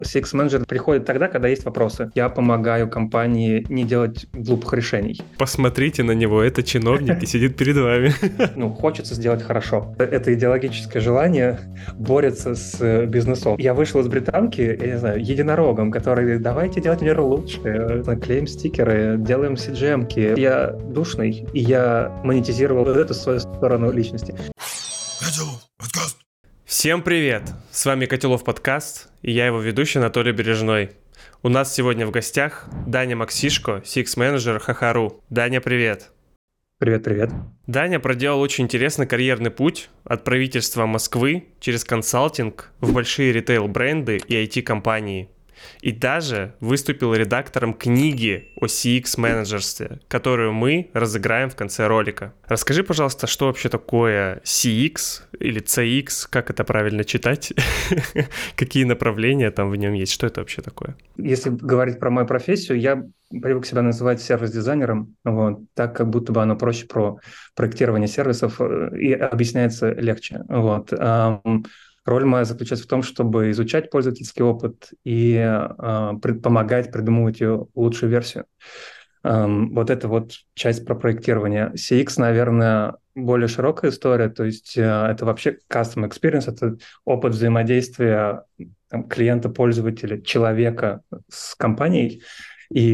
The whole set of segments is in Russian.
CX-менеджер приходит тогда, когда есть вопросы. Я помогаю компании не делать глупых решений. Посмотрите на него, это чиновник и сидит перед вами. Хочется сделать хорошо. Это идеологическое желание борется с бизнесом. Я вышел из британки, я не знаю, единорогом, который говорит, давайте делать мир лучше, клеим стикеры, делаем CGM-ки. Я душный, и я монетизировал эту свою сторону личности. Всем привет! С вами Котелов подкаст, и я его ведущий Анатолий Бережной. У нас сегодня в гостях Даня Максишко, CX-менеджер Хахару. Даня, привет! Привет. Даня проделал очень интересный карьерный путь от правительства Москвы через консалтинг в большие ритейл-бренды и IT-компании. И даже выступил редактором книги о CX-менеджерстве, которую мы разыграем в конце ролика. Расскажи, пожалуйста, что вообще такое CX или CX, как это правильно читать, какие направления там в нем есть, что это вообще такое? Если говорить про мою профессию, я привык себя называть сервис-дизайнером, так как будто бы оно проще про проектирование сервисов и объясняется легче. Роль моя заключается в том, чтобы изучать пользовательский опыт и помогать придумывать ее лучшую версию. Это часть про проектирование. CX, наверное, более широкая история, то есть это вообще customer experience, это опыт взаимодействия клиента, пользователя, человека с компанией. И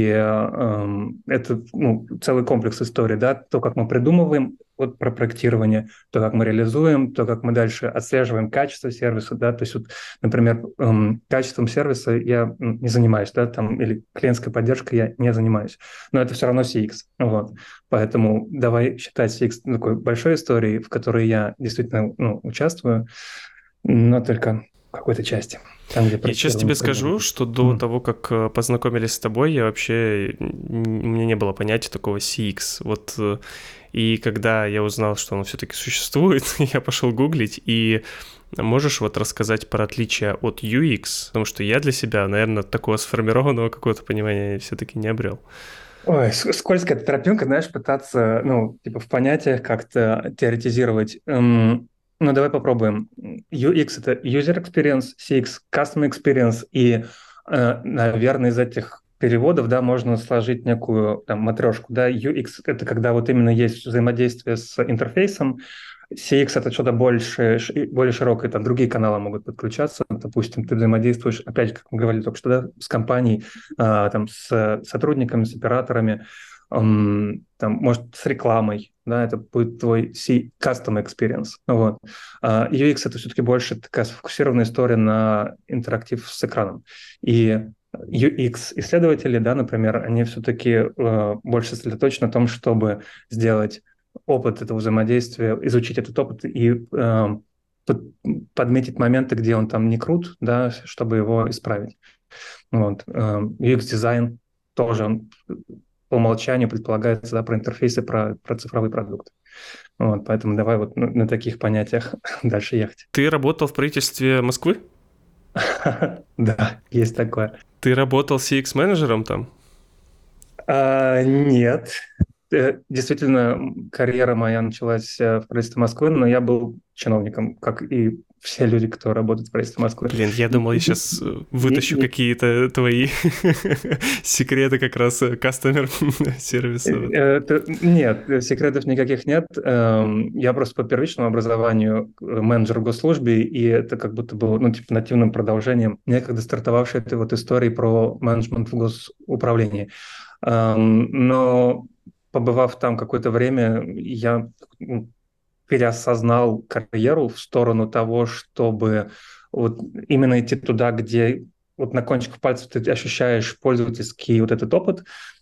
это целый комплекс историй, да, то, как мы придумываем про проектирование, то, как мы реализуем, то, как мы дальше отслеживаем качество сервиса, да, то есть, например, качеством сервиса я не занимаюсь, да, или клиентской поддержкой я не занимаюсь, но это все равно CX, поэтому давай считать CX такой большой историей, в которой я действительно участвую, но только в какой-то части. Там, я сейчас тебе скажу, что до того, как познакомились с тобой, у меня не было понятия такого CX. И когда я узнал, что оно все-таки существует, я пошел гуглить, и можешь рассказать про отличия от UX? Потому что я для себя, наверное, такого сформированного какого-то понимания все-таки не обрел. Ой, скользкая тропинка, знаешь, пытаться, в понятиях как-то теоретизировать. Давай попробуем. UX — это User Experience, CX — Customer Experience, и, наверное, из этих переводов, да, можно сложить некую матрешку, да. UX — это когда именно есть взаимодействие с интерфейсом, CX — это что-то более широкое, там другие каналы могут подключаться, допустим, ты взаимодействуешь, опять же, как мы говорили только что, да, с компанией, с сотрудниками, с операторами, может, с рекламой, да, это будет твой Customer Experience. UX — это все-таки больше такая сфокусированная история на интерактив с экраном. И UX-исследователи, да, например, они все-таки больше сосредоточены на том, чтобы сделать опыт этого взаимодействия, изучить этот опыт и подметить моменты, где он там не крут, да, чтобы его исправить. UX-дизайн тоже он по умолчанию предполагается, да, про интерфейсы, про цифровые продукты. Поэтому давай на таких понятиях дальше ехать. Ты работал в правительстве Москвы? Да, есть такое. Ты работал CX-менеджером там? Нет. Действительно, карьера моя началась в правительстве Москвы, но я был чиновником, как и все люди, кто работает в правительстве Москвы. Блин, я думал, я сейчас вытащу какие-то твои секреты как раз кастомер-сервиса. Нет, секретов никаких нет. Я просто по первичному образованию менеджер в госслужбе, и это как будто было нативным продолжением некогда стартовавшей этой истории про менеджмент в госуправлении. Но побывав там какое-то время, я переосознал карьеру в сторону того, чтобы именно идти туда, где на кончиках пальцев ты ощущаешь пользовательский этот опыт,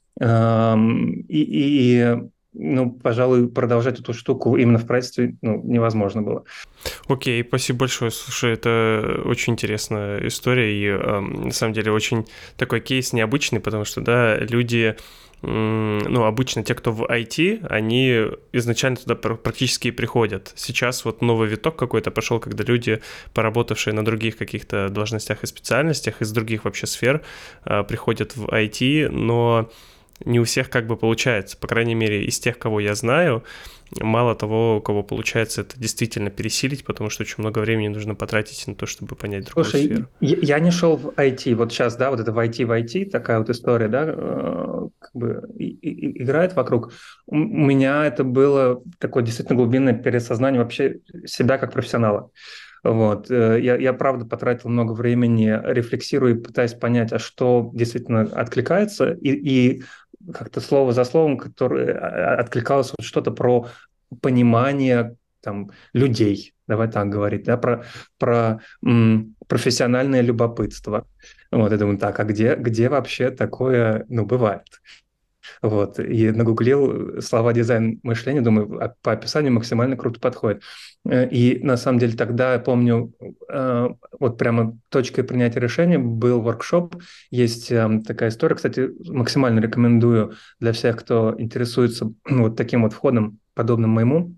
пожалуй, продолжать эту штуку именно в правительстве невозможно было. Окей, спасибо большое. Слушай, это очень интересная история и, на самом деле, очень такой кейс необычный, потому что, да, люди... обычно те, кто в IT, они изначально туда практически и приходят. Сейчас новый виток какой-то пошел, когда люди, поработавшие на других каких-то должностях и специальностях из других вообще сфер, приходят в IT, но не у всех как бы получается. По крайней мере, из тех, кого я знаю, мало того, у кого получается это действительно пересилить, потому что очень много времени нужно потратить на то, чтобы понять другую Слушай, сферу. я не шел в IT, вот сейчас, да, вот это в IT, такая вот история, да, как бы играет вокруг. У меня это было такое действительно глубинное переосознание вообще себя как профессионала. Вот. Я правда потратил много времени, рефлексируя и пытаясь понять, а что действительно откликается, и как-то слово за словом, которое откликалось вот что-то про понимание там, людей, давай так говорить, да, про профессиональное любопытство. Вот, я думаю, так, а где вообще такое, ну, бывает? Вот, и нагуглил слова дизайн мышления, думаю, по описанию максимально круто подходит. И на самом деле тогда, я помню, вот прямо точкой принятия решения был воркшоп. Есть такая история, кстати, максимально рекомендую для всех, кто интересуется вот таким вот входом, подобным моему.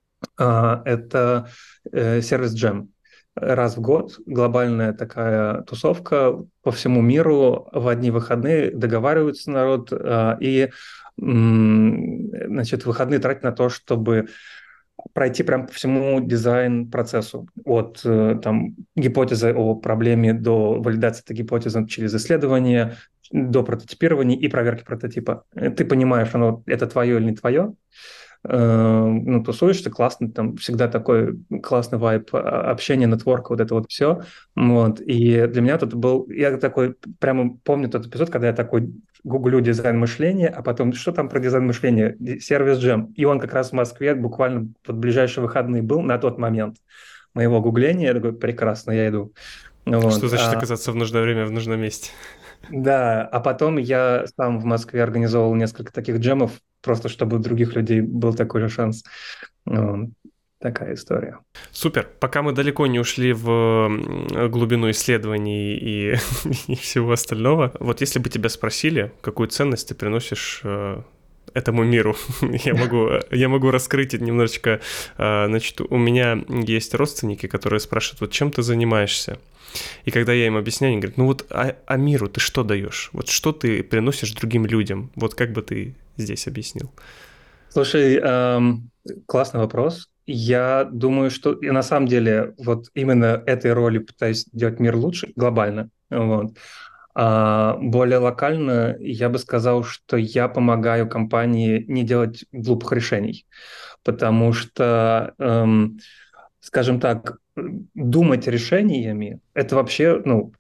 Это сервис Jam. Раз в год глобальная такая тусовка по всему миру в одни выходные договариваются народ и значит, выходные тратят на то, чтобы пройти прям по всему дизайн-процессу. От там, гипотезы о проблеме до валидации этой гипотезы через исследование, до прототипирования и проверки прототипа. Ты понимаешь, это твое или не твое, ну, тусуешься, классно, там всегда такой классный вайб общения, нетворка, вот это вот все. Вот. И для меня тут был, я такой, прямо помню тот эпизод, когда я такой гуглю дизайн мышления, а потом, что там про дизайн мышления? Сервис Джем. И он как раз в Москве буквально под ближайшие выходные был на тот момент моего гугления. Я такой, прекрасно, я иду. Что Вот. значит оказаться в нужное время в нужном месте? Да, а потом я сам в Москве организовал несколько таких джемов, просто чтобы у других людей был такой же шанс. Вот. Такая история. Супер. Пока мы далеко не ушли в глубину исследований и, и всего остального, вот если бы тебя спросили, какую ценность ты приносишь этому миру, я могу раскрыть это немножечко. Значит, у меня есть родственники, которые спрашивают, вот чем ты занимаешься? И когда я им объясняю, они говорят, ну вот а миру ты что даешь? Вот что ты приносишь другим людям? Вот как бы ты здесь объяснил? Слушай, классный вопрос. Я думаю, что я на самом деле вот именно этой роли пытаюсь делать мир лучше глобально. Вот. А более локально я бы сказал, что я помогаю компании не делать глупых решений, потому что, скажем так, думать решениями — это вообще, ну,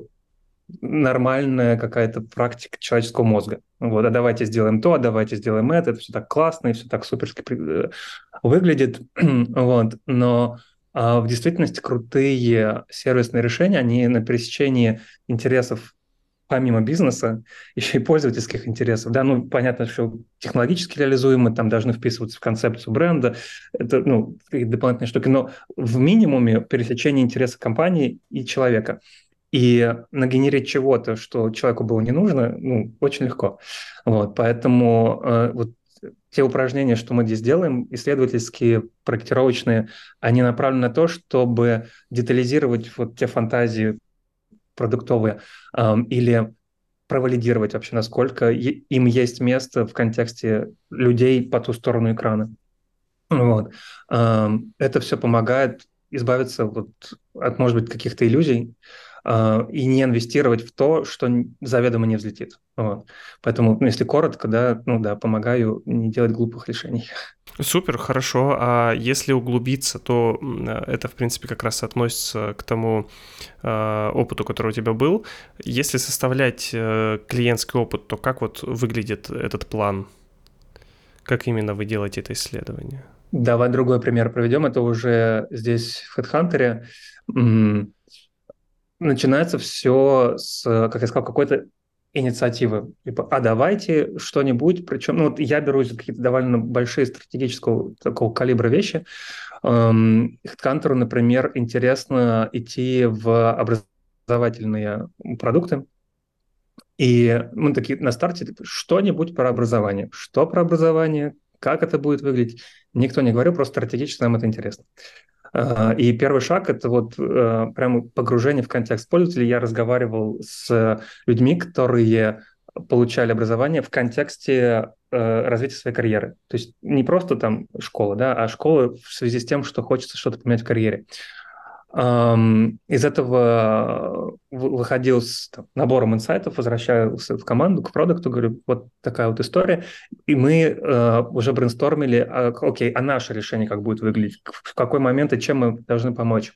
нормальная какая-то практика человеческого мозга. Вот, а давайте сделаем то, а давайте сделаем это все так классно и все так суперски выглядит. Вот. Но в действительности крутые сервисные решения, они на пересечении интересов помимо бизнеса, еще и пользовательских интересов. Да, ну, понятно, что технологически реализуемы, там должны вписываться в концепцию бренда, это, ну, какие-то дополнительные штуки, но в минимуме пересечение интереса компании и человека. И нагенерить чего-то, что человеку было не нужно, ну, очень легко. Вот, поэтому вот те упражнения, что мы здесь делаем, исследовательские, проектировочные, они направлены на то, чтобы детализировать вот те фантазии продуктовые или провалидировать вообще, насколько им есть место в контексте людей по ту сторону экрана. Вот. Это все помогает избавиться вот от, может быть, каких-то иллюзий и не инвестировать в то, что заведомо не взлетит. Вот. Поэтому, ну, если коротко, да, ну да, помогаю не делать глупых решений. Супер, хорошо. А если углубиться, то это, в принципе, как раз относится к тому опыту, который у тебя был. Если составлять клиентский опыт, то как вот выглядит этот план? Как именно вы делаете это исследование? Давай другой пример проведем. Это уже здесь, в HeadHunter. Начинается все с, как я сказал, какой-то инициативы. Типа, а давайте что-нибудь, причем, ну, вот я берусь за какие-то довольно большие стратегического такого калибра вещи. HeadHunter, например, интересно идти в образовательные продукты. И мы такие на старте, типа, что-нибудь про образование. Что про образование? Как это будет выглядеть? Никто не говорил, просто стратегически нам это интересно. И первый шаг — это вот прямо погружение в контекст пользователя. Я разговаривал с людьми, которые получали образование в контексте развития своей карьеры. То есть не просто там школа, да, а школа в связи с тем, что хочется что-то поменять в карьере. Из этого выходил с набором инсайтов, возвращался в команду, к продукту, говорю, вот такая вот история. И мы уже брейнстормили, окей, а наше решение как будет выглядеть, в какой момент и чем мы должны помочь.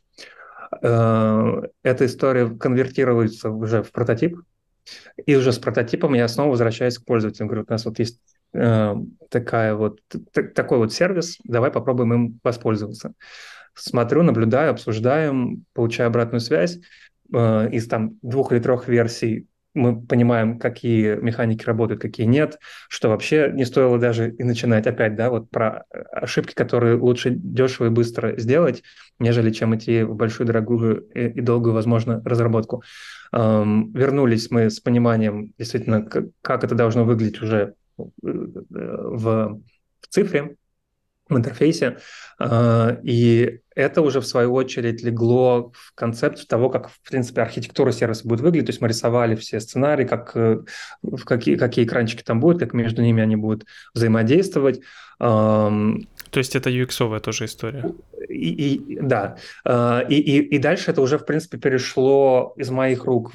Эта история конвертируется уже в прототип, и уже с прототипом я снова возвращаюсь к пользователям. Говорю, у нас вот есть такой вот сервис, давай попробуем им воспользоваться. Смотрю, наблюдаю, обсуждаем, получаю обратную связь. Из там 2 или 3 версий мы понимаем, какие механики работают, какие нет, что вообще не стоило даже и начинать опять, да, вот про ошибки, которые лучше дешево и быстро сделать, нежели чем идти в большую, дорогую и долгую, возможно, разработку. Вернулись мы с пониманием, действительно, как это должно выглядеть уже в цифре, в интерфейсе, и это уже в свою очередь легло в концепцию того, как, в принципе, архитектура сервиса будет выглядеть. То есть мы рисовали все сценарии, какие экранчики там будут, как между ними они будут взаимодействовать. То есть это UX-овая тоже история? Да. И дальше это уже, в принципе, перешло из моих рук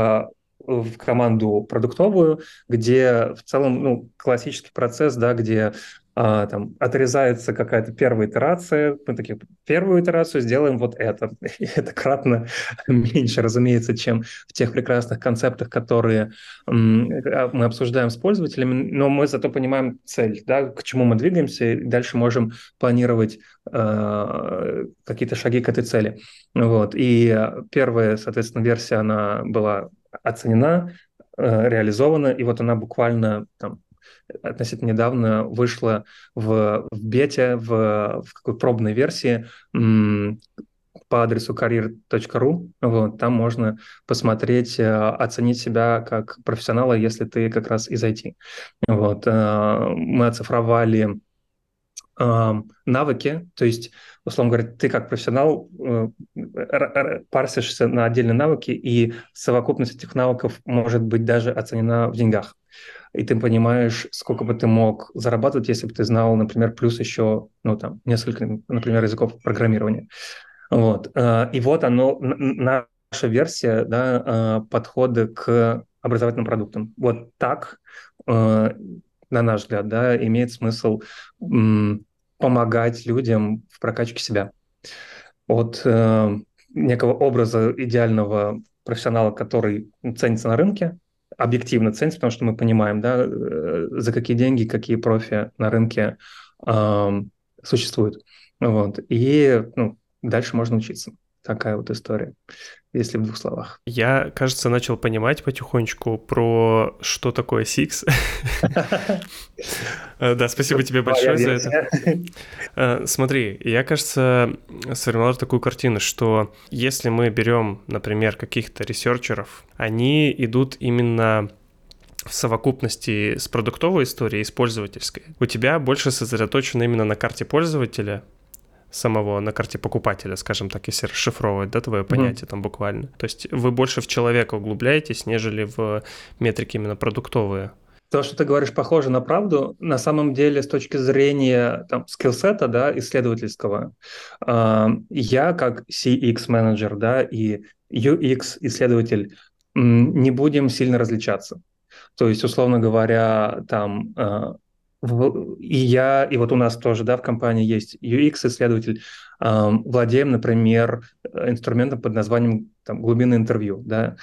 в команду продуктовую, где в целом классический процесс, да, где там отрезается какая-то первая итерация, мы такие, первую итерацию сделаем вот это. И это кратно меньше, разумеется, чем в тех прекрасных концептах, которые мы обсуждаем с пользователями, но мы зато понимаем цель, да, к чему мы двигаемся, и дальше можем планировать какие-то шаги к этой цели. Вот. И первая, соответственно, версия, она была оценена, реализована, и вот она буквально там относительно недавно вышла в бете, в какой пробной версии по адресу career.ru. Вот, там можно посмотреть, оценить себя как профессионала, если ты как раз из IT. Вот, мы оцифровали навыки, то есть, условно говоря, ты как профессионал парсишься на отдельные навыки, и совокупность этих навыков может быть даже оценена в деньгах. И ты понимаешь, сколько бы ты мог зарабатывать, если бы ты знал, например, плюс еще, несколько, например, языков программирования. Вот. И вот наша версия, да, подхода к образовательным продуктам. Вот так, на наш взгляд, да, имеет смысл помогать людям в прокачке себя. От некого образа идеального профессионала, который ценится на рынке, объективно ценится, потому что мы понимаем, да, за какие деньги, какие профи на рынке существуют. Вот. И дальше можно учиться. Такая вот история, если в 2 словах. Я, кажется, начал понимать потихонечку про что такое Six. Да, спасибо тебе большое за это. Смотри, я, кажется, сформировал такую картину, что если мы берем, например, каких-то ресерчеров, они идут именно в совокупности с продуктовой историей и с пользовательской. У тебя больше сосредоточено именно на карте пользователя самого, на карте покупателя, скажем так, если расшифровывать, да, твое понятие там буквально. То есть вы больше в человека углубляетесь, нежели в метрики именно продуктовые. То, что ты говоришь, похоже на правду. На самом деле, с точки зрения скиллсета, да, исследовательского, я как CX-менеджер, да, и UX-исследователь не будем сильно различаться. То есть, условно говоря, там и вот у нас тоже, да, в компании есть UX-исследователь, владеем, например, инструментом под названием глубинное интервью, да.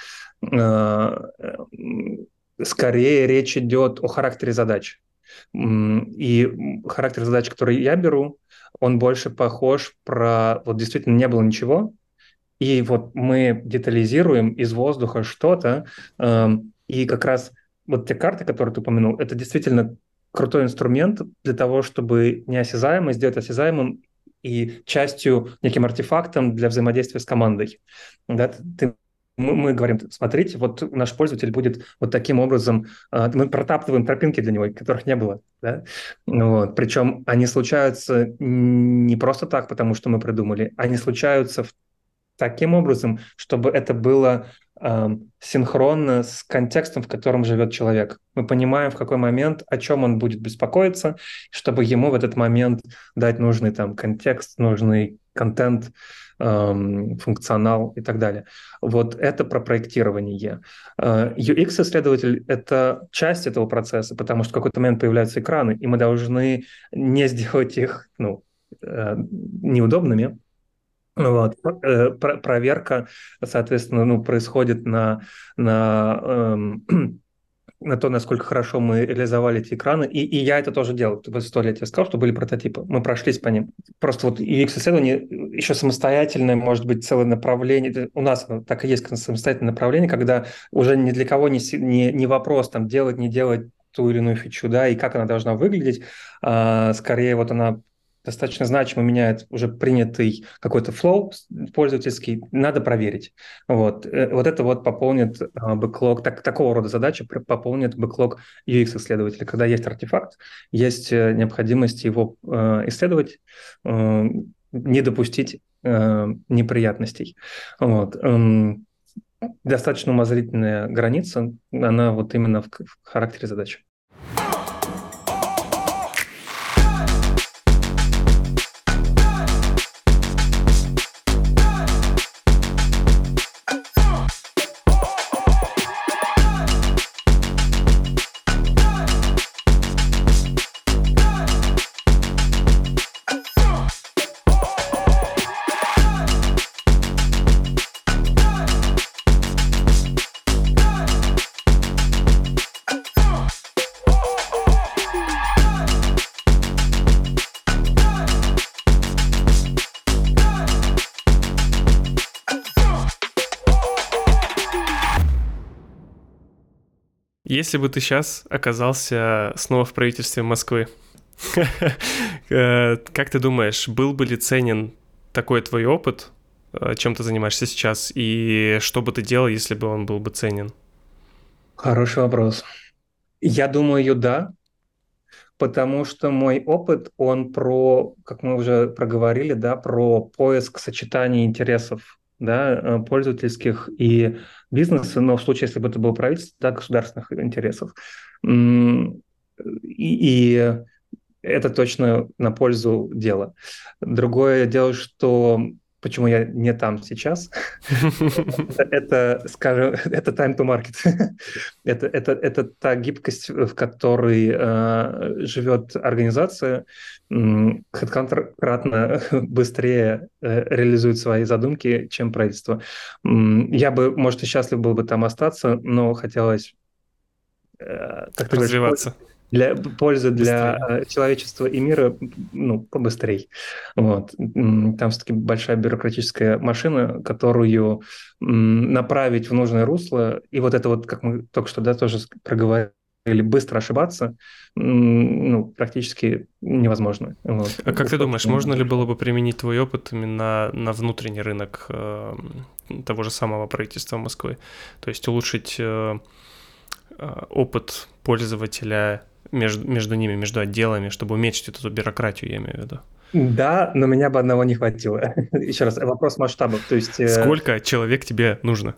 Скорее речь идет о характере задач. И характер задач, который я беру, он больше похож про вот действительно не было ничего, и вот мы детализируем из воздуха что-то, и как раз вот те карты, которые ты упомянул, это действительно крутой инструмент для того, чтобы неосязаемое сделать осязаемым и частью, неким артефактом для взаимодействия с командой. Да, мы говорим, смотрите, вот наш пользователь будет вот таким образом, мы протаптываем тропинки для него, которых не было. Да? Вот. Причем они случаются не просто так, потому что мы придумали, они случаются таким образом, чтобы это было синхронно с контекстом, в котором живет человек. Мы понимаем, в какой момент, о чем он будет беспокоиться, чтобы ему в этот момент дать нужный там контекст, нужный контент, функционал и так далее. Вот это про проектирование. UX-исследователь — это часть этого процесса, потому что в какой-то момент появляются экраны, и мы должны не сделать их неудобными. Вот. Проверка, соответственно, происходит на на то, насколько хорошо мы реализовали эти экраны. И я это тоже делал. В истории я тебе сказал, что были прототипы. Мы прошлись по ним. Просто вот UX-исследование еще самостоятельное, может быть, целое направление. У нас так и есть самостоятельное направление, когда уже ни для кого не вопрос там делать, не делать ту или иную фичу, да, и как она должна выглядеть. Скорее, вот она достаточно значимо меняет уже принятый какой-то флоу пользовательский, надо проверить. Вот это вот пополнит бэклог, такого рода задачи пополнит бэклог UX-исследователя. Когда есть артефакт, есть необходимость его исследовать, не допустить неприятностей. Вот. Достаточно умозрительная граница, она вот именно в характере задачи. Если бы ты сейчас оказался снова в правительстве Москвы, как ты думаешь, был бы ли ценен такой твой опыт, чем ты занимаешься сейчас, и что бы ты делал, если бы он был бы ценен? Хороший вопрос. Я думаю, да, потому что мой опыт, он про, как мы уже проговорили, да, про поиск сочетания интересов, да, пользовательских и бизнеса, но в случае, если бы это было правительство, да, государственных интересов. И это точно на пользу дела. Другое дело, что почему я не там сейчас, скажем, это time to market. Это та гибкость, в которой живет организация, кратно быстрее реализует свои задумки, чем правительство. Я бы, может, и счастлив был бы там остаться, но хотелось, как ты говоришь, Развиваться пользы для быстрее. человечества и мира, побыстрее. Вот. Там все-таки большая бюрократическая машина, которую направить в нужное русло. И вот это вот, как мы только что, да, тоже проговорили, быстро ошибаться, практически невозможно. Вот. А как ты думаешь, можно ли было бы применить твой опыт именно на внутренний рынок того же самого правительства Москвы? То есть улучшить опыт пользователя между ними, между отделами, чтобы уменьшить эту бюрократию, я имею в виду. Да, но меня бы одного не хватило. Еще раз, вопрос масштабов. То есть, сколько человек тебе нужно?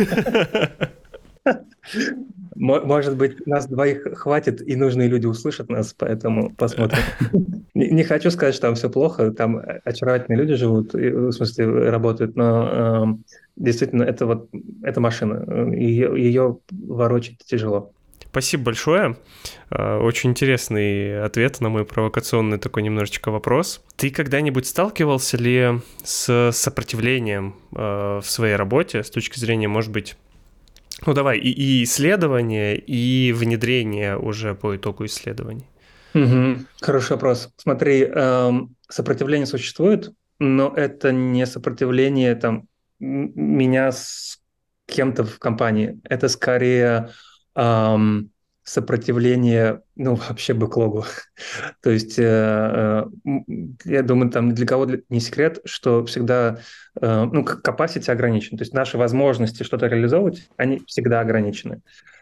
Может быть, нас двоих хватит, и нужные люди услышат нас, поэтому посмотрим. Не хочу сказать, что там все плохо, там очаровательные люди живут, в смысле работают, но действительно это машина, и ее ворочать тяжело. Спасибо большое. Очень интересный ответ на мой провокационный такой немножечко вопрос. Ты когда-нибудь сталкивался ли с сопротивлением в своей работе с точки зрения, может быть, и исследования, и внедрения уже по итогу исследований? Хороший вопрос. Смотри, сопротивление существует, но это не сопротивление меня с кем-то в компании. Это скорее сопротивление, вообще бэклогу. То есть, я думаю, там для кого не секрет, что всегда, capacity ограничен. То есть наши возможности что-то реализовывать, они всегда ограничены.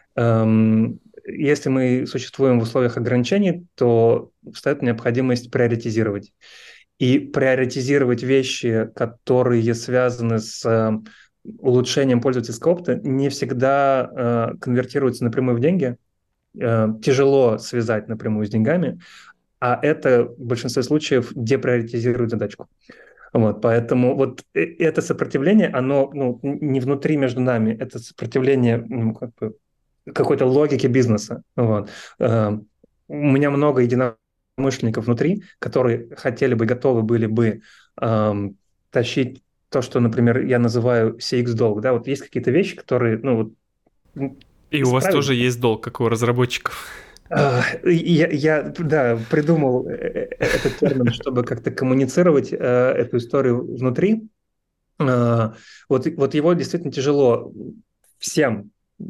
Если мы существуем в условиях ограничений, то встает необходимость приоритизировать. И приоритизировать вещи, которые связаны с улучшением пользовательского опыта не всегда конвертируется напрямую в деньги. Тяжело связать напрямую с деньгами, а это в большинстве случаев деприоритизирует задачку. Вот, поэтому вот это сопротивление, оно не внутри между нами, это сопротивление как бы какой-то логики бизнеса. Вот. У меня много единомышленников внутри, которые хотели бы, готовы были бы тащить то, что, например, я называю CX-долг. Да? Вот есть какие-то вещи, которые И у вас исправить. тоже есть долг, как у разработчиков. Я да, придумал этот термин, чтобы как-то коммуницировать эту историю внутри. Вот его действительно тяжело всем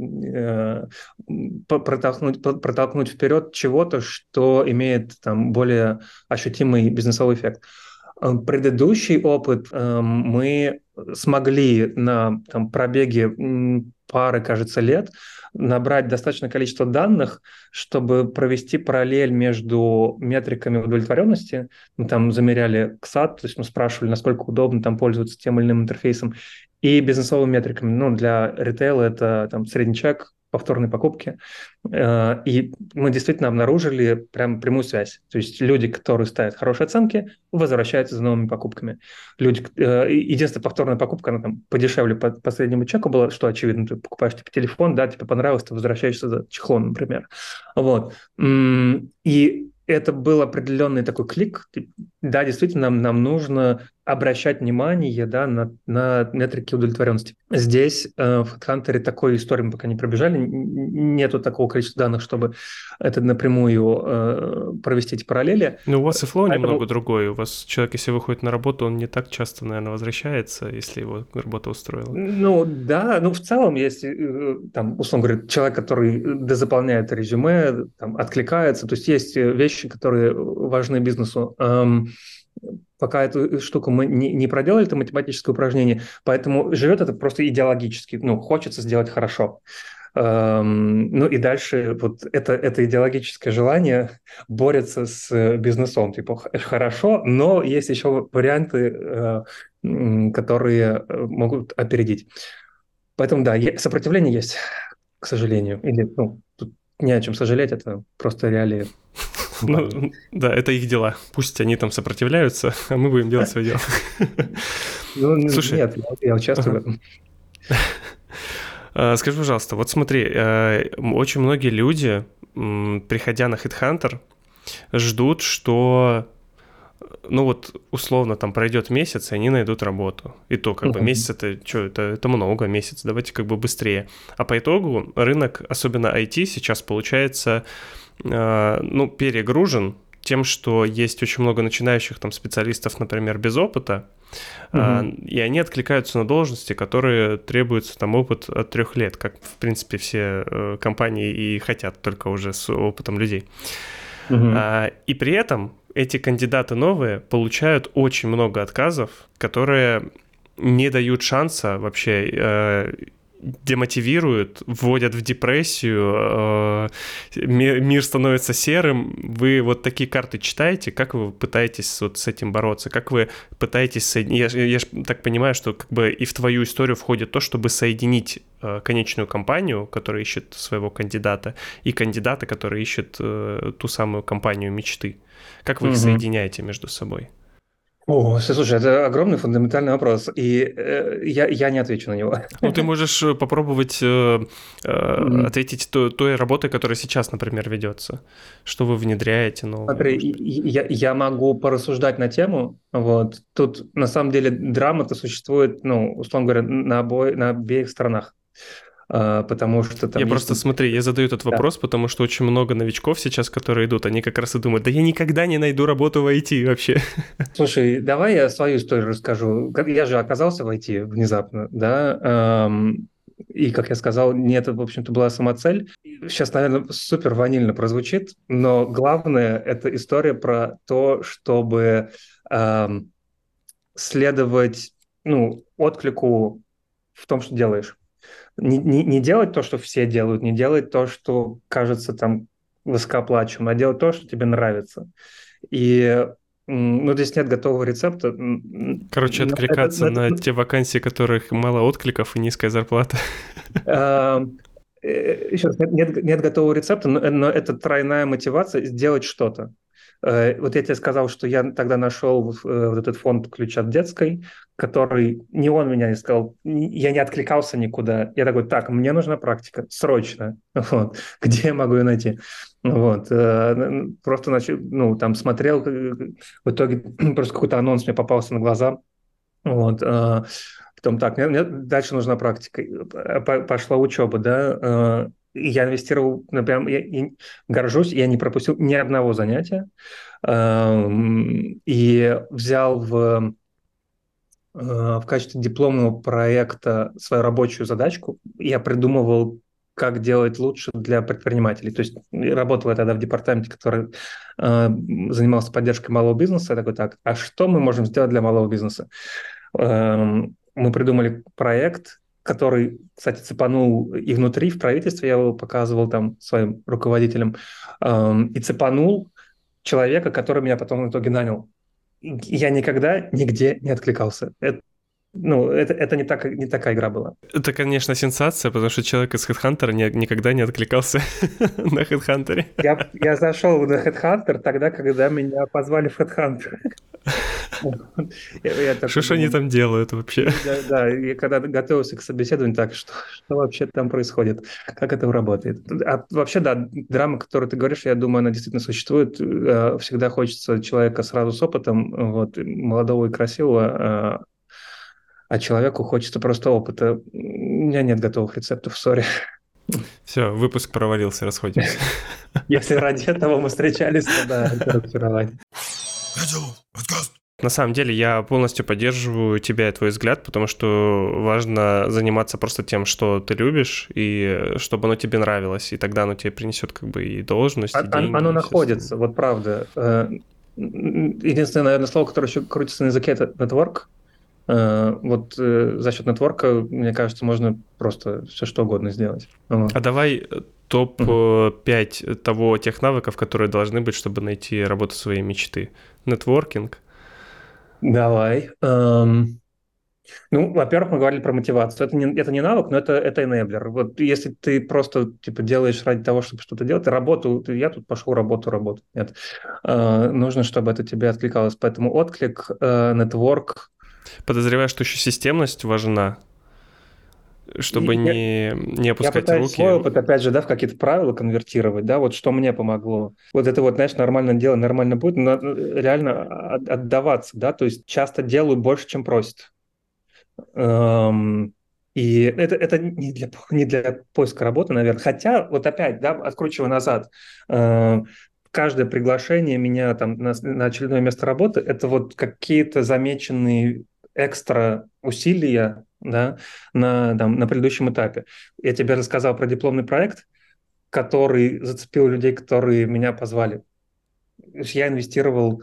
протолкнуть вперед чего-то, что имеет там более ощутимый бизнесовый эффект. Предыдущий опыт мы смогли на там, пробеге пары, кажется, лет набрать достаточное количество данных, чтобы провести параллель между метриками удовлетворенности. Мы там замеряли КСАТ, то есть мы спрашивали, насколько удобно там пользоваться тем или иным интерфейсом, и бизнесовыми метриками. Ну, для ритейла это там средний чек, повторные покупки. И мы действительно обнаружили прям прямую связь. То есть люди, которые ставят хорошие оценки, возвращаются за новыми покупками. Единственная повторная покупка, она там подешевле по среднему чеку была, что очевидно, ты покупаешь типа телефон, да, тебе понравилось, ты возвращаешься за чехлом, например. Вот. И это был определенный такой клик. Да, действительно, нам нужно обращать внимание, да, на метрики удовлетворенности. Здесь в HeadHunter такой истории мы пока не пробежали, нету такого количества данных, чтобы это напрямую провести эти параллели. Ну, у вас и флоу Поэтому, немного другой. У вас человек, если выходит на работу, он не так часто, наверное, возвращается, если его работа устроила. ну да, в целом есть, там, условно говоря, человек, который дозаполняет резюме, там, откликается, то есть вещи, которые важны бизнесу. Пока эту штуку мы не проделали, это математическое упражнение, поэтому живет это просто идеологически, хочется сделать хорошо. Ну и дальше вот это идеологическое желание борется с бизнесом. Типа, хорошо, но есть еще варианты, которые могут опередить. Поэтому да, сопротивление есть, к сожалению. Или, тут не о чем сожалеть, это просто реалии компании. Ну, да, это их дела. Пусть они там сопротивляются, а мы будем делать свое дело. Слушай, Нет, я участвую в этом. Скажи, пожалуйста, вот смотри, очень многие люди, приходя на HeadHunter, ждут, что, ну вот, условно, там пройдет месяц, и они найдут работу. И то, как бы, месяц это много, месяц, давайте как бы быстрее. А по итогу рынок, особенно IT, сейчас получается, перегружен тем, что есть очень много начинающих там специалистов, например, без опыта, и они откликаются на должности, которые требуются там опыт от 3 лет, как, в принципе, все компании и хотят, только уже с опытом людей. И при этом эти кандидаты новые получают очень много отказов, которые не дают шанса вообще, демотивируют, вводят в депрессию, мир становится серым. Вы вот такие карты читаете? Как вы пытаетесь вот с этим бороться? Как вы пытаетесь соединить? Я ж так понимаю, что как бы и в твою историю входит то, чтобы соединить конечную компанию, которая ищет своего кандидата, и кандидата, который ищет ту самую компанию мечты. Как вы их соединяете между собой? Слушай, это огромный фундаментальный вопрос, и я не отвечу на него. Ну, ты можешь попробовать ответить той работой, которая сейчас, например, ведется. Что вы внедряете нового? Смотри, я могу порассуждать на тему. Вот. Тут, на самом деле, драма-то существует, условно говоря, на обеих сторонах. Потому что там Я есть... просто, смотри, я задаю этот вопрос, потому что очень много новичков сейчас, которые идут, они как раз и думают, да я никогда не найду работу в IT вообще. Слушай, давай я свою историю расскажу. Я же оказался в IT внезапно, да, и, как я сказал, не это, в общем-то, была самоцель. Сейчас, наверное, супер ванильно прозвучит, но главное – это история про то, чтобы следовать, отклику в том, что делаешь. Не делать то, что все делают, не делать то, что кажется там высокооплачиваемым, а делать то, что тебе нравится. И Ну, здесь нет готового рецепта. Короче, откликаться на те вакансии, которых мало откликов и низкая зарплата. Еще раз, нет готового рецепта, но это тройная мотивация сделать что-то. Вот я тебе сказал, что я тогда нашел вот этот фонд «Ключ от детской», который не он меня не сказал, я не откликался никуда. Я такой, так, мне нужна практика, срочно. Вот. Где я могу ее найти? Вот. Просто ну, там смотрел, в итоге просто какой-то анонс мне попался на глаза. Вот. Потом так, мне дальше нужна практика. Пошла учеба, да. И я инвестировал, прям, я горжусь, я не пропустил ни одного занятия. И взял в качестве дипломного проекта свою рабочую задачку. Я придумывал, как делать лучше для предпринимателей. То есть работал я тогда в департаменте, который занимался поддержкой малого бизнеса. Я такой, так, а что мы можем сделать для малого бизнеса? Мы придумали проект, который, кстати, цепанул и внутри, в правительстве, я его показывал там своим руководителям, и цепанул человека, который меня потом в итоге нанял. Я никогда нигде не откликался. Это не такая игра была. Это, конечно, сенсация, потому что человек из HeadHunter никогда не откликался на HeadHunter. Я зашел на HeadHunter тогда, когда меня позвали в HeadHunter. Что ж они там делают вообще? Да, и когда готовился к собеседованию, так, что вообще там происходит, как это работает. А вообще, да, драма, о которой ты говоришь, я думаю, она действительно существует. Всегда хочется человека сразу с опытом, вот, молодого и красивого, а человеку хочется просто опыта. У меня нет готовых рецептов, сори. Все, выпуск провалился, расходимся. Если ради этого мы встречались, то да, это разочарование. На самом деле я полностью поддерживаю тебя и твой взгляд, потому что важно заниматься просто тем, что ты любишь, и чтобы оно тебе нравилось, и тогда оно тебе принесет как бы и должность, и деньги. Оно и находится, вот правда. Единственное, наверное, слово, которое еще крутится на языке, это network. Вот за счет нетворка, мне кажется, можно просто все что угодно сделать. А давай топ-5 того тех навыков, которые должны быть, чтобы найти работу своей мечты. Нетворкинг. Давай. Ну, во-первых, мы говорили про мотивацию. Это не навык, но это enabler. Вот если ты просто типа делаешь ради того, чтобы что-то делать, я тут пошел работать. Нет. Нужно, чтобы это тебе откликалось. Поэтому отклик, нетворк. Подозреваю, что еще системность важна, чтобы не опускать я пытаюсь руки. свой опыт, опять же, да, в какие-то правила конвертировать, да, вот что мне помогло. Вот это вот, знаешь, нормально дело, нормально будет, но реально отдаваться, да, то есть часто делаю больше, чем просят. И это не для поиска работы, наверное. Хотя, вот опять, да, откручивая назад, каждое приглашение меня там на очередное место работы, это вот какие-то замеченные экстра усилия, да, на предыдущем этапе. Я тебе рассказал про дипломный проект, который зацепил людей, которые меня позвали. То есть я инвестировал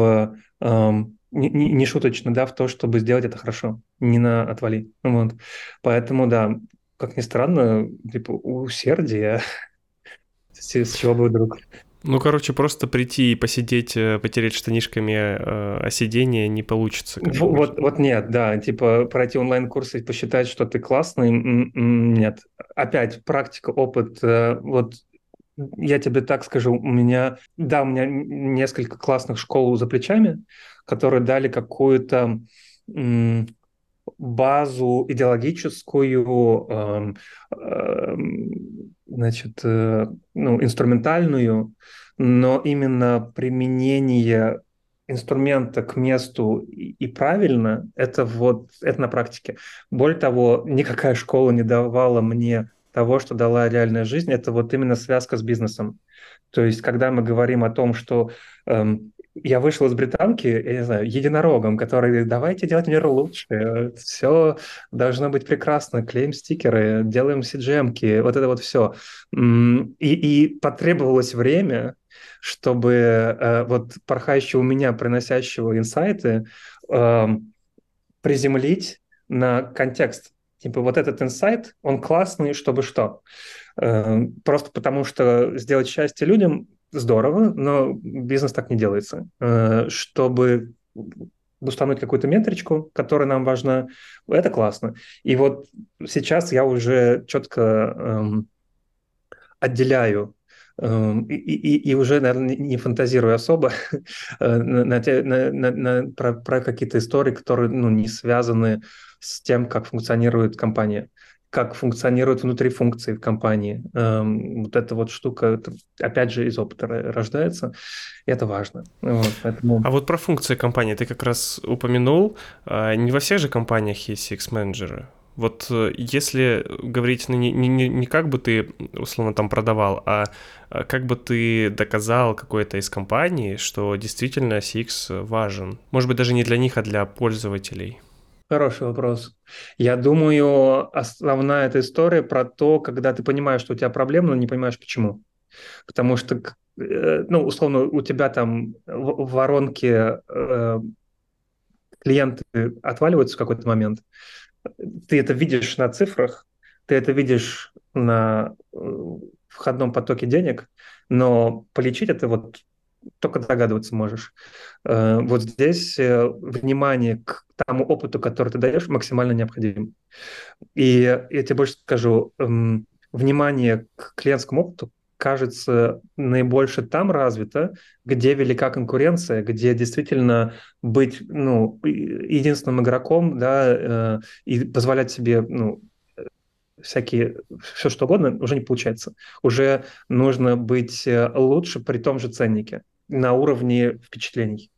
не шуточно, да, в то, чтобы сделать это хорошо, не на отвали. Вот. Поэтому, да, как ни странно, типа усердие, с чего бы вдруг. Ну, короче, просто прийти и посидеть, потереть штанишками о сиденье не получится. Вот нет, да, типа пройти онлайн-курсы и посчитать, что ты классный, нет. Опять практика, опыт, вот я тебе так скажу, у меня несколько классных школ за плечами, которые дали какую-то базу идеологическую, значит, ну, инструментальную, но именно применение инструмента к месту и правильно, это на практике. Более того, никакая школа не давала мне того, что дала реальная жизнь, это вот именно связка с бизнесом. То есть, когда мы говорим о том, что я вышел из британки, я не знаю, единорогом, который говорит, давайте делать мир лучше, все должно быть прекрасно, клеим стикеры, делаем CGM-ки, вот это вот все. И потребовалось время, чтобы вот порхающего у меня, приносящего инсайты, приземлить на контекст. Типа вот этот инсайт, он классный, чтобы что? Просто потому что сделать счастье людям здорово, но бизнес так не делается. Чтобы установить какую-то метричку, которая нам важна, это классно. И вот сейчас я уже четко отделяю и уже, наверное, не фантазирую особо про какие-то истории, которые ну, не связаны с тем, как функционирует компания, как функционируют внутри функции в компании. Вот эта вот штука, это, опять же, из опыта рождается, и это важно. Вот, поэтому... А вот про функции компании ты как раз упомянул. Не во всех же компаниях есть CX-менеджеры. Вот если говорить не как бы ты, условно, там продавал, а как бы ты доказал какой-то из компаний, что действительно CX важен. Может быть, даже не для них, а для пользователей. Хороший вопрос. Я думаю, основная эта история про то, когда ты понимаешь, что у тебя проблема, но не понимаешь, почему. Потому что, ну, условно, у тебя там в воронке клиенты отваливаются в какой-то момент. Ты это видишь на цифрах, ты это видишь на входном потоке денег, но полечить это вот только догадываться можешь. Вот здесь внимание к тому опыту, который ты даешь, максимально необходим. И я тебе больше скажу, внимание к клиентскому опыту кажется наибольше там развито, где велика конкуренция, где действительно быть ну, единственным игроком, да, и позволять себе ну, всякие, все что угодно, уже не получается. Уже нужно быть лучше при том же ценнике, на уровне впечатлений.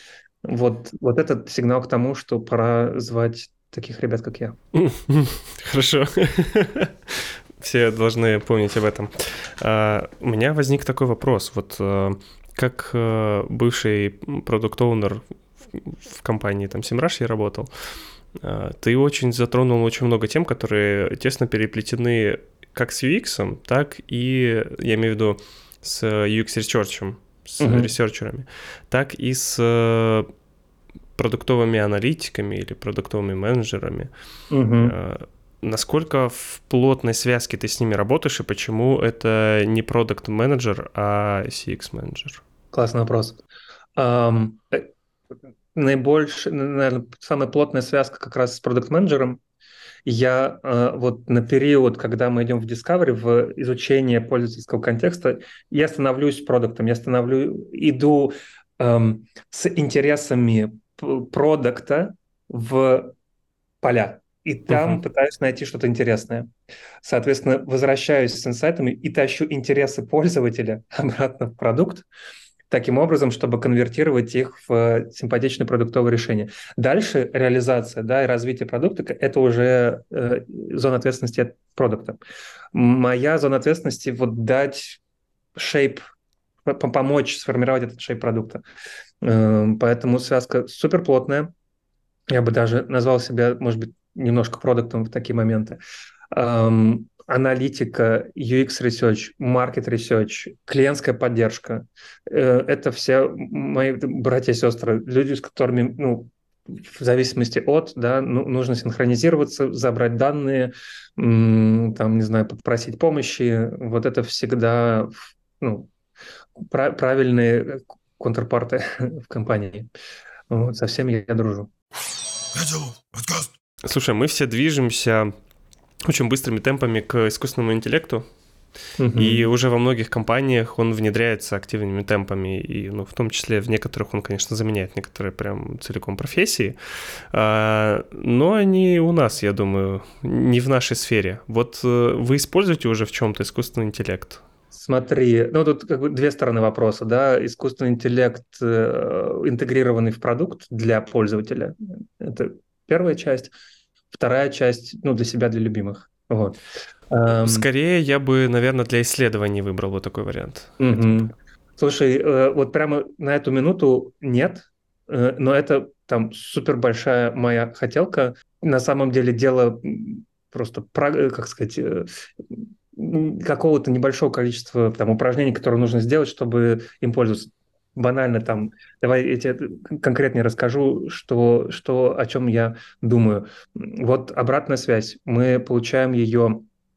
Вот этот сигнал к тому, что пора звать таких ребят, как я. Хорошо. Все должны помнить об этом. У меня возник такой вопрос. Вот как бывший продукт-оунер в компании там Semrush я работал, ты очень затронул очень много тем, которые тесно переплетены как с UX, так и, я имею в виду, с UX-ресерчем, с ресерчерами, так и с продуктовыми аналитиками или продуктовыми менеджерами. Насколько в плотной связке ты с ними работаешь и почему это не продукт-менеджер, а CX-менеджер? Классный вопрос. Наибольшая, наверное, самая плотная связка как раз с продукт-менеджером. Я вот на период, когда мы идем в Discovery, в изучение пользовательского контекста, я становлюсь продуктом, иду с интересами продукта в поля. И там пытаюсь найти что-то интересное. Соответственно, возвращаюсь с инсайтами и тащу интересы пользователя обратно в продукт, таким образом, чтобы конвертировать их в симпатичное продуктовое решение. Дальше реализация, да, и развитие продукта– это уже зона ответственности от продукта. Моя зона ответственности– вот дать шейп, помочь сформировать этот шейп продукта. Поэтому связка суперплотная. Я бы даже назвал себя, может быть, немножко продуктом в такие моменты. Аналитика, UX research, market research, клиентская поддержка. Это все мои братья и сестры, люди, с которыми, ну, в зависимости от, да, нужно синхронизироваться, забрать данные, там, не знаю, попросить помощи. Вот это всегда, ну, правильные контрпарты в компании. Вот, со всеми я дружу. Слушай, мы все движемся очень быстрыми темпами к искусственному интеллекту, и уже во многих компаниях он внедряется активными темпами, и, ну, в том числе в некоторых он, конечно, заменяет некоторые прям целиком профессии, но они у нас, я думаю, не в нашей сфере. Вот вы используете уже в чем-то искусственный интеллект? Смотри, ну тут как бы две стороны вопроса, да, искусственный интеллект, интегрированный в продукт для пользователя, это первая часть, вторая часть, ну, для себя, для любимых, вот. Скорее, я бы, наверное, для исследований выбрал вот такой вариант. Слушай, вот прямо на эту минуту нет, но это там супер большая моя хотелка. На самом деле дело просто, как сказать, какого-то небольшого количества там упражнений, которые нужно сделать, чтобы им пользоваться. Банально там, давай я тебе конкретнее расскажу, о чем я думаю. Вот обратная связь. Мы получаем ее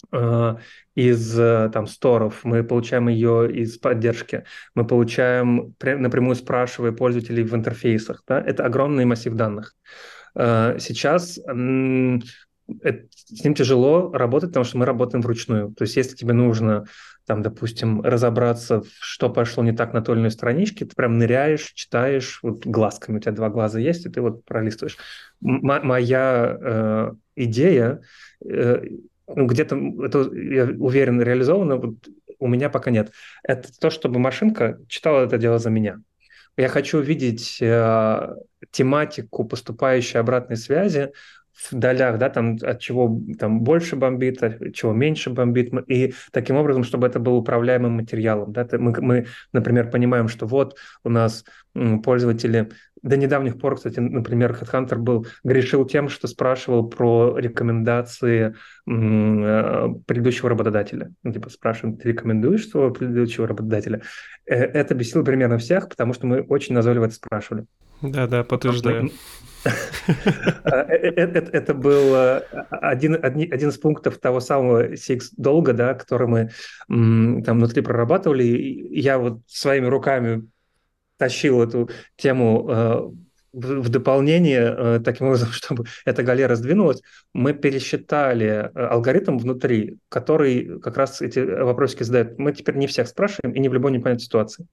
э, из там сторов, мы получаем ее из поддержки, мы получаем напрямую спрашивая пользователей в интерфейсах. Да? Это огромный массив данных. Сейчас с ним тяжело работать, потому что мы работаем вручную. То есть если тебе нужно, там, допустим, разобраться, что пошло не так на той или иной страничке, ты прям ныряешь, читаешь, вот глазками, у тебя два глаза есть, и ты вот пролистываешь. Моя идея, э, ну, где-то, это, я уверен, реализована, вот у меня пока нет. Это то, чтобы машинка читала это дело за меня. Я хочу видеть тематику поступающей обратной связи в долях, да, там, от чего там больше бомбит, от чего меньше бомбит, и таким образом, чтобы это был управляемым материалом. Да. Мы, например, понимаем, что вот у нас пользователи до недавних пор, кстати, например, HeadHunter грешил тем, что спрашивал про рекомендации предыдущего работодателя. Ну, типа спрашиваем, ты рекомендуешь своего предыдущего работодателя? Это бесило примерно всех, потому что мы очень назойливо это спрашивали. Да-да, подтверждаю. Это был один из пунктов того самого CX-долга, да, который мы там внутри прорабатывали. И я вот своими руками тащил эту тему в дополнение, таким образом, чтобы эта галера сдвинулась. Мы пересчитали алгоритм внутри, который как раз эти вопросики задает. Мы теперь не всех спрашиваем и не в любой непонятной ситуации.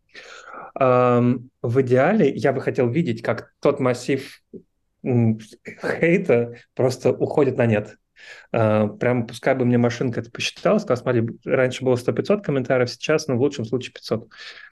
В идеале я бы хотел видеть, как тот массив хейта просто уходит на нет. Прям пускай бы мне машинка это посчитала, сказала, смотри, раньше было 100-500 комментариев, сейчас, ну, в лучшем случае 500.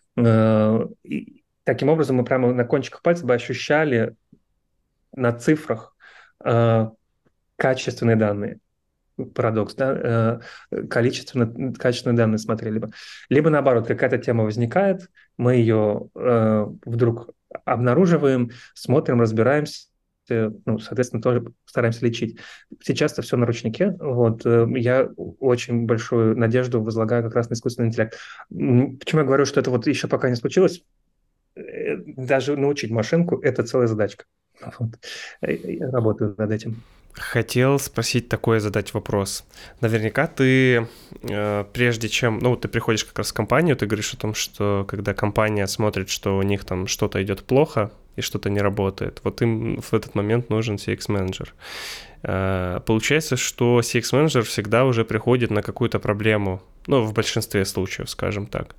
И таким образом мы прямо на кончиках пальцев бы ощущали на цифрах качественные данные. Парадокс, да, качественные данные смотрели бы. Либо наоборот, какая-то тема возникает, мы ее вдруг обнаруживаем, смотрим, разбираемся, ну, соответственно, тоже стараемся лечить. Сейчас это все на ручнике. Вот, я очень большую надежду возлагаю как раз на искусственный интеллект. Почему я говорю, что это вот еще пока не случилось? Даже научить машинку – это целая задачка. Вот. Я работаю над этим. Хотел спросить такой, задать вопрос. Наверняка ты, прежде чем, ну, ты приходишь как раз в компанию, ты говоришь о том, что когда компания смотрит, что у них там что-то идет плохо и что-то не работает, вот им в этот момент нужен CX-менеджер. Получается, что CX-менеджер всегда уже приходит на какую-то проблему, ну, в большинстве случаев, скажем так.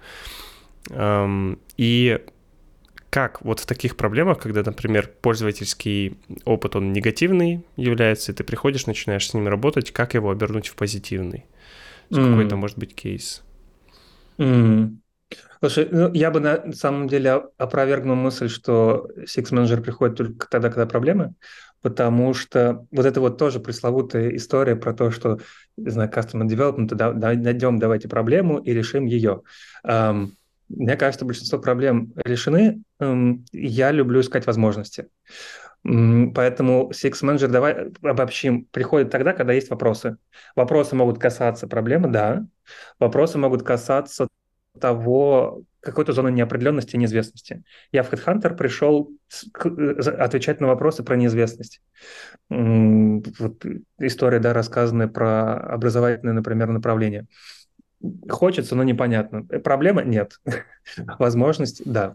И как вот в таких проблемах, когда, например, пользовательский опыт, он негативный является, и ты приходишь, начинаешь с ним работать, как его обернуть в позитивный? Какой-то, может быть, кейс? Слушай, ну, я бы на самом деле опровергнул мысль, что Six Manager приходит только тогда, когда проблемы, потому что вот это вот тоже пресловутая история про то, что, не знаю, Customer Development, найдем давайте проблему и решим ее. Мне кажется, большинство проблем решены. Я люблю искать возможности. Поэтому Six Manager, давай обобщим, приходит тогда, когда есть вопросы. Вопросы могут касаться проблемы, да. Вопросы могут касаться того, какой-то зоны неопределенности и неизвестности. Я в HeadHunter пришел отвечать на вопросы про неизвестность. Вот история, да, рассказанная про образовательное, например, направление. Хочется, но непонятно. Проблема? Нет. Возможность? Да.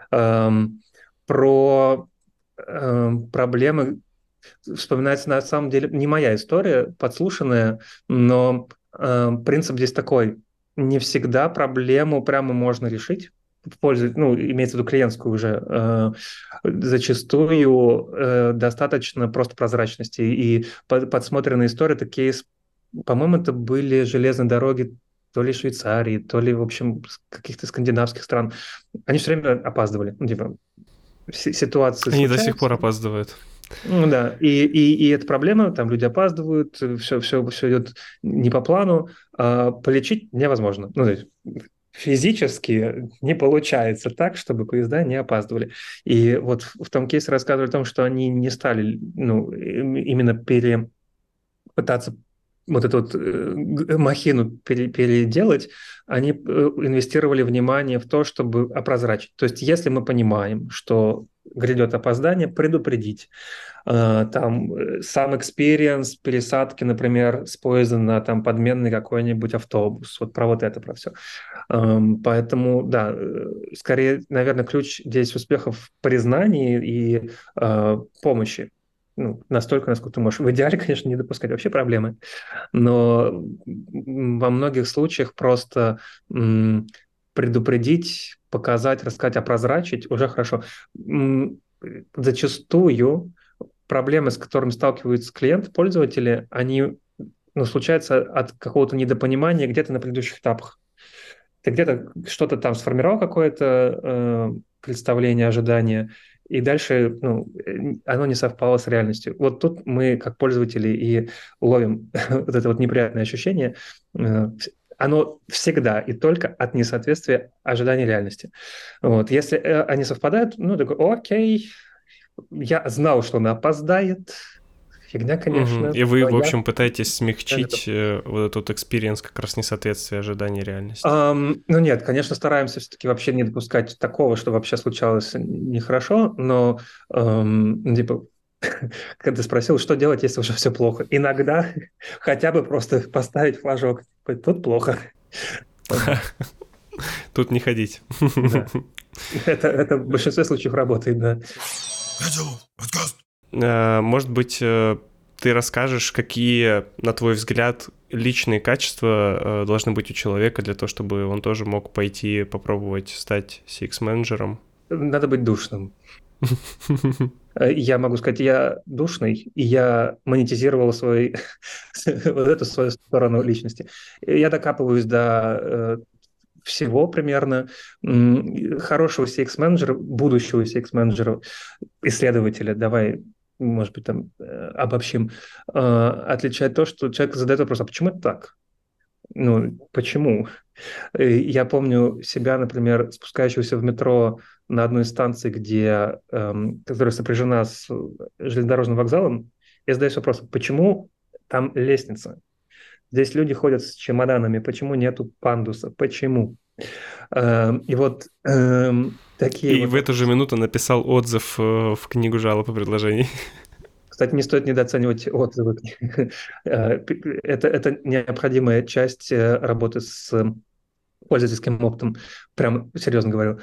Про проблемы вспоминается на самом деле не моя история, подслушанная, но принцип здесь такой. Не всегда проблему прямо можно решить в пользу, ну, имеется в виду клиентскую уже, зачастую достаточно просто прозрачности. И подсмотренная история, это кейс, по-моему, это были железные дороги то ли Швейцарии, то ли, в общем, каких-то скандинавских стран. Они все время опаздывали. Ну, типа, ситуации Они случаются. до сих пор опаздывают. Ну да, и это проблема, там люди опаздывают, все идет не по плану, полечить невозможно. Ну, то есть физически не получается так, чтобы поезда не опаздывали. И вот в том кейсе рассказывали о том, что они не стали, ну, именно пытаться вот эту вот махину переделать, они инвестировали внимание в то, чтобы опрозрачить. То есть если мы понимаем, что грядет опоздание, предупредить. Там сам experience пересадки, например, с поезда на там подменный какой-нибудь автобус. Вот про вот это, про все. Поэтому, да, скорее, наверное, ключ здесь успеха в признании и помощи. Ну, настолько, насколько ты можешь. В идеале, конечно, не допускать вообще проблемы, но во многих случаях просто предупредить, показать, рассказать, опрозрачить уже хорошо. Зачастую проблемы, с которыми сталкиваются клиенты, пользователи, они, ну, случаются от какого-то недопонимания где-то на предыдущих этапах. Ты где-то что-то там сформировал, какое-то представление, ожидание, и дальше, ну, оно не совпало с реальностью. Вот тут мы, как пользователи, и ловим вот это вот неприятное ощущение. Оно всегда и только от несоответствия ожиданий реальности. Вот. Если они совпадают, ну, такой, окей, я знал, что она опоздает. Фигня, Мгм. конечно, И вы, но в я... общем, пытаетесь смягчить вот этот экспириенс как раз несоответствие ожиданий реальности. Ну нет, конечно, стараемся все-таки вообще не допускать такого, что вообще случалось нехорошо, но ну, типа, когда ты спросил, что делать, если уже все плохо, иногда хотя бы просто поставить флажок, типа, тут плохо. Вот, Тут не ходить. да. Это в большинстве случаев работает, да. Может быть, ты расскажешь, какие, на твой взгляд, личные качества должны быть у человека для того, чтобы он тоже мог пойти попробовать стать CX-менеджером? Надо быть душным. Я могу сказать, я душный, и я монетизировал свой, вот эту свою сторону личности. Я докапываюсь до всего примерно. Хорошего CX-менеджера, будущего CX-менеджера, исследователя, давай, может быть, там обобщим, отличает то, что человек задает вопрос, а почему это так? Ну, почему? Я помню себя, например, спускающегося в метро на одной из станций, которая сопряжена с железнодорожным вокзалом, я задаюсь вопросом, почему там лестница? Здесь люди ходят с чемоданами, почему нету пандуса? Почему? И вот такие И вот в эту же вопросы. минуту написал отзыв в книгу жалоб и предложений. Кстати, не стоит недооценивать отзывы. Это необходимая часть работы с пользовательским опытом. Прям серьезно говорю.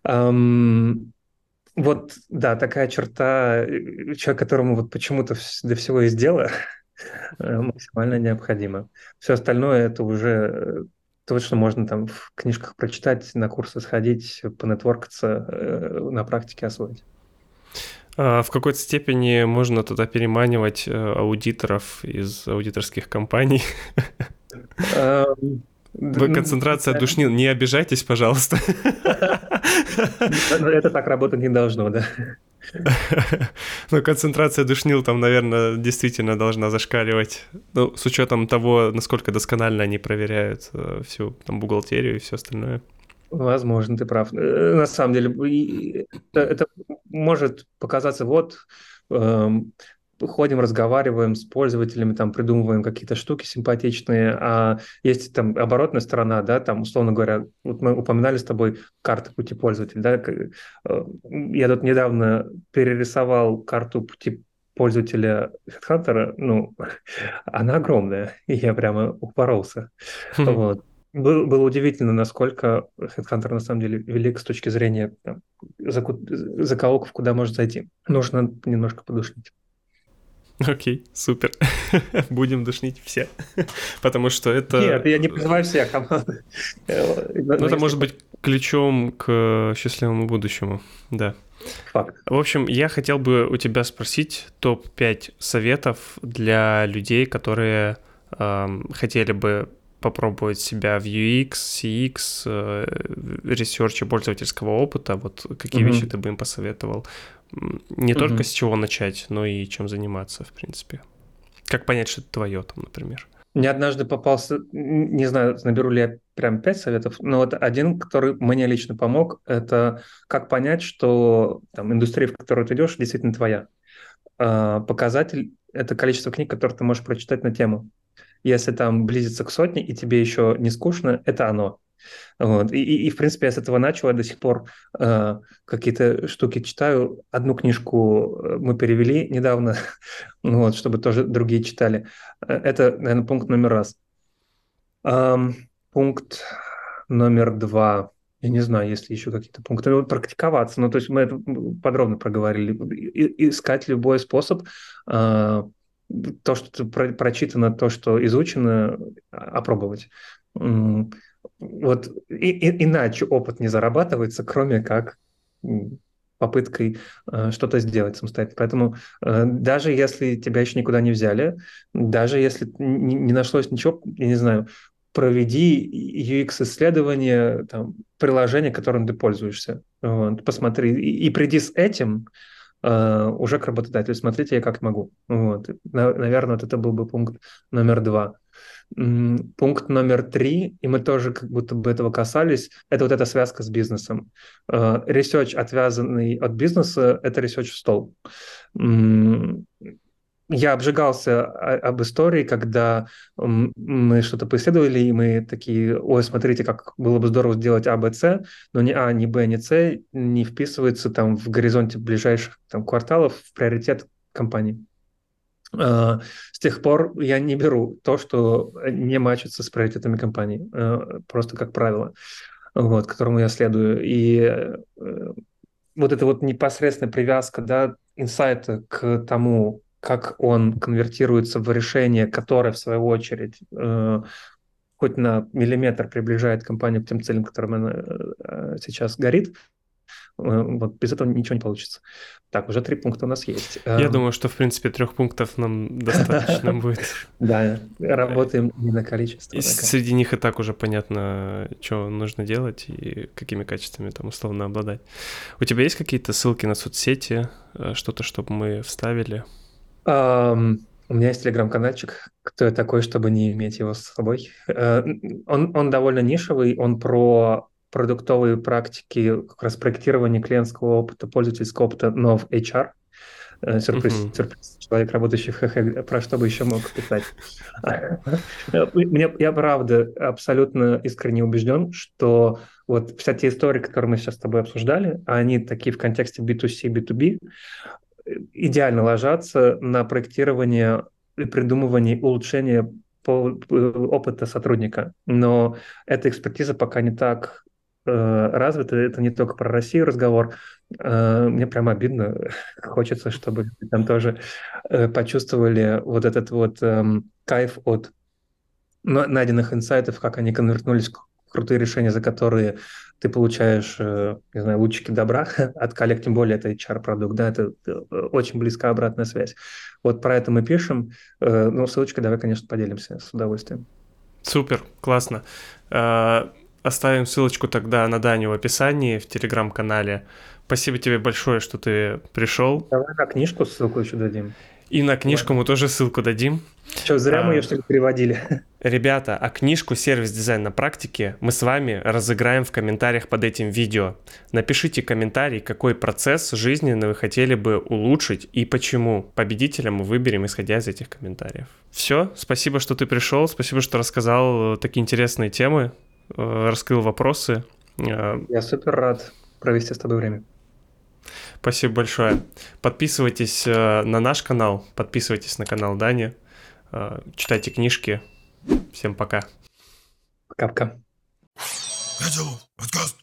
Вот, да, такая черта, человек, которому вот почему-то до всего есть дело, максимально необходима. Все остальное это уже то, что можно там в книжках прочитать, на курсы сходить, понетворкаться, на практике освоить. В какой-то степени можно туда переманивать аудиторов из аудиторских компаний. Эм, Концентрация душнил. Не обижайтесь, пожалуйста. Это так работать не должно, да. Но концентрация душнил там, наверное, действительно должна зашкаливать. Ну, с учетом того, насколько досконально они проверяют всю там бухгалтерию и все остальное. Возможно, ты прав. На самом деле, это может показаться, вот, эм, ходим, разговариваем с пользователями, там, придумываем какие-то штуки симпатичные, а есть там оборотная сторона, да, там, условно говоря, вот мы упоминали с тобой карты пути пользователя, да, я тут недавно перерисовал карту пути пользователя HeadHunter, ну, она огромная, и я прямо упоролся. Вот. Было удивительно, насколько HeadHunter на самом деле велик с точки зрения там, закоулков, куда может зайти. Нужно немножко подушнить. Окей, супер. Будем душнить все. Потому что Нет, это... я не призываю всех. Ну, Но это если может быть ключом к счастливому будущему. Да. факт. В общем, я хотел бы у тебя спросить топ-5 советов для людей, которые хотели бы попробовать себя в UX, CX, ресерче пользовательского опыта. Вот какие вещи ты бы им посоветовал? Не только с чего начать, но и чем заниматься, в принципе. Как понять, что это твое, там, например? Мне однажды попался, не знаю, наберу ли я прям 5 советов, но вот один, который мне лично помог, это как понять, что там, индустрия, в которую ты идешь, действительно твоя. Показатель — это количество книг, которые ты можешь прочитать на тему. Если там близится к сотне, и тебе еще не скучно, это оно. Вот. В принципе, я с этого начал, я до сих пор какие-то штуки читаю. Одну книжку мы перевели недавно, вот, чтобы тоже другие читали. Это, наверное, пункт номер раз. Пункт номер два. Я не знаю, есть ли еще какие-то пункты. Ну, практиковаться. Ну, то есть мы это подробно проговорили. Искать любой способ. То, что прочитано, то, что изучено, опробовать. Вот иначе опыт не зарабатывается, кроме как попыткой что-то сделать самостоятельно. Поэтому даже если тебя еще никуда не взяли, даже если не нашлось ничего, я не знаю, проведи UX-исследование приложения, которым ты пользуешься. Вот, посмотри и приди с этим уже к работодателю. Смотрите, я как могу. Вот. Наверное, вот это был бы пункт номер два. Пункт номер три, и мы тоже как будто бы этого касались, это вот эта связка с бизнесом. Ресерч, отвязанный от бизнеса, это ресерч в стол. Я обжигался об истории, когда мы что-то поисследовали, и мы такие, ой, смотрите, как было бы здорово сделать А, Б, С, но ни А, ни Б, ни С не вписывается там в горизонте ближайших кварталов в приоритет компании. С тех пор я не беру то, что не мачится с приоритетами компании, просто как правило, вот, которому я следую. И вот эта вот непосредственная привязка, да, инсайта к тому, как он конвертируется в решение, которое, в свою очередь, хоть на миллиметр приближает компанию к тем целям, которым она сейчас горит, вот без этого ничего не получится. Так, уже 3 пункта у нас есть. Я думаю, что, в принципе, 3 пунктов нам достаточно будет. Да, работаем не на количество. Среди них и так уже понятно, что нужно делать и какими качествами там условно обладать. У тебя есть какие-то ссылки на соцсети, что-то, чтобы мы вставили? У меня есть телеграм-канальчик «Кто я такой, чтобы не иметь его с собой?». Он довольно нишевый, он про продуктовые практики, как раз проектирование клиентского опыта, пользовательского опыта, но в HR. Сюрприз, сюрприз. Человек, работающий в ХХ, про что бы еще мог писать. Я правда абсолютно искренне убежден, что вот все те истории, которые мы сейчас с тобой обсуждали, они такие в контексте B2C, B2B, идеально ложатся на проектирование и придумывание улучшения опыта сотрудника. Но эта экспертиза пока не так развита. Это не только про Россию разговор. Мне прямо обидно. Хочется, чтобы там тоже почувствовали вот этот вот кайф от найденных инсайтов, как они конвертнулись в крутые решения, за которые ты получаешь, не знаю, лучики добра от коллег, тем более это HR-продукт, да, это очень близкая обратная связь. Вот про это мы пишем, ну, ссылочкой давай, конечно, поделимся с удовольствием. Супер, классно. Оставим ссылочку тогда на Даню в описании, в Телеграм-канале. Спасибо тебе большое, что ты пришел. Давай на книжку ссылку еще дадим. И на книжку мы тоже ссылку дадим. Что, зря мы ее, что ли, переводили? Ребята, а книжку «Сервис-дизайн на практике» мы с вами разыграем в комментариях под этим видео. Напишите комментарий, какой процесс жизненный вы хотели бы улучшить и почему. Победителя мы выберем, исходя из этих комментариев. Все, спасибо, что ты пришел, спасибо, что рассказал такие интересные темы, раскрыл вопросы. Я супер рад провести с тобой время. Спасибо большое. Подписывайтесь на наш канал, подписывайтесь на канал Дани, читайте книжки. Всем пока. Пока-пока. Это подкаст.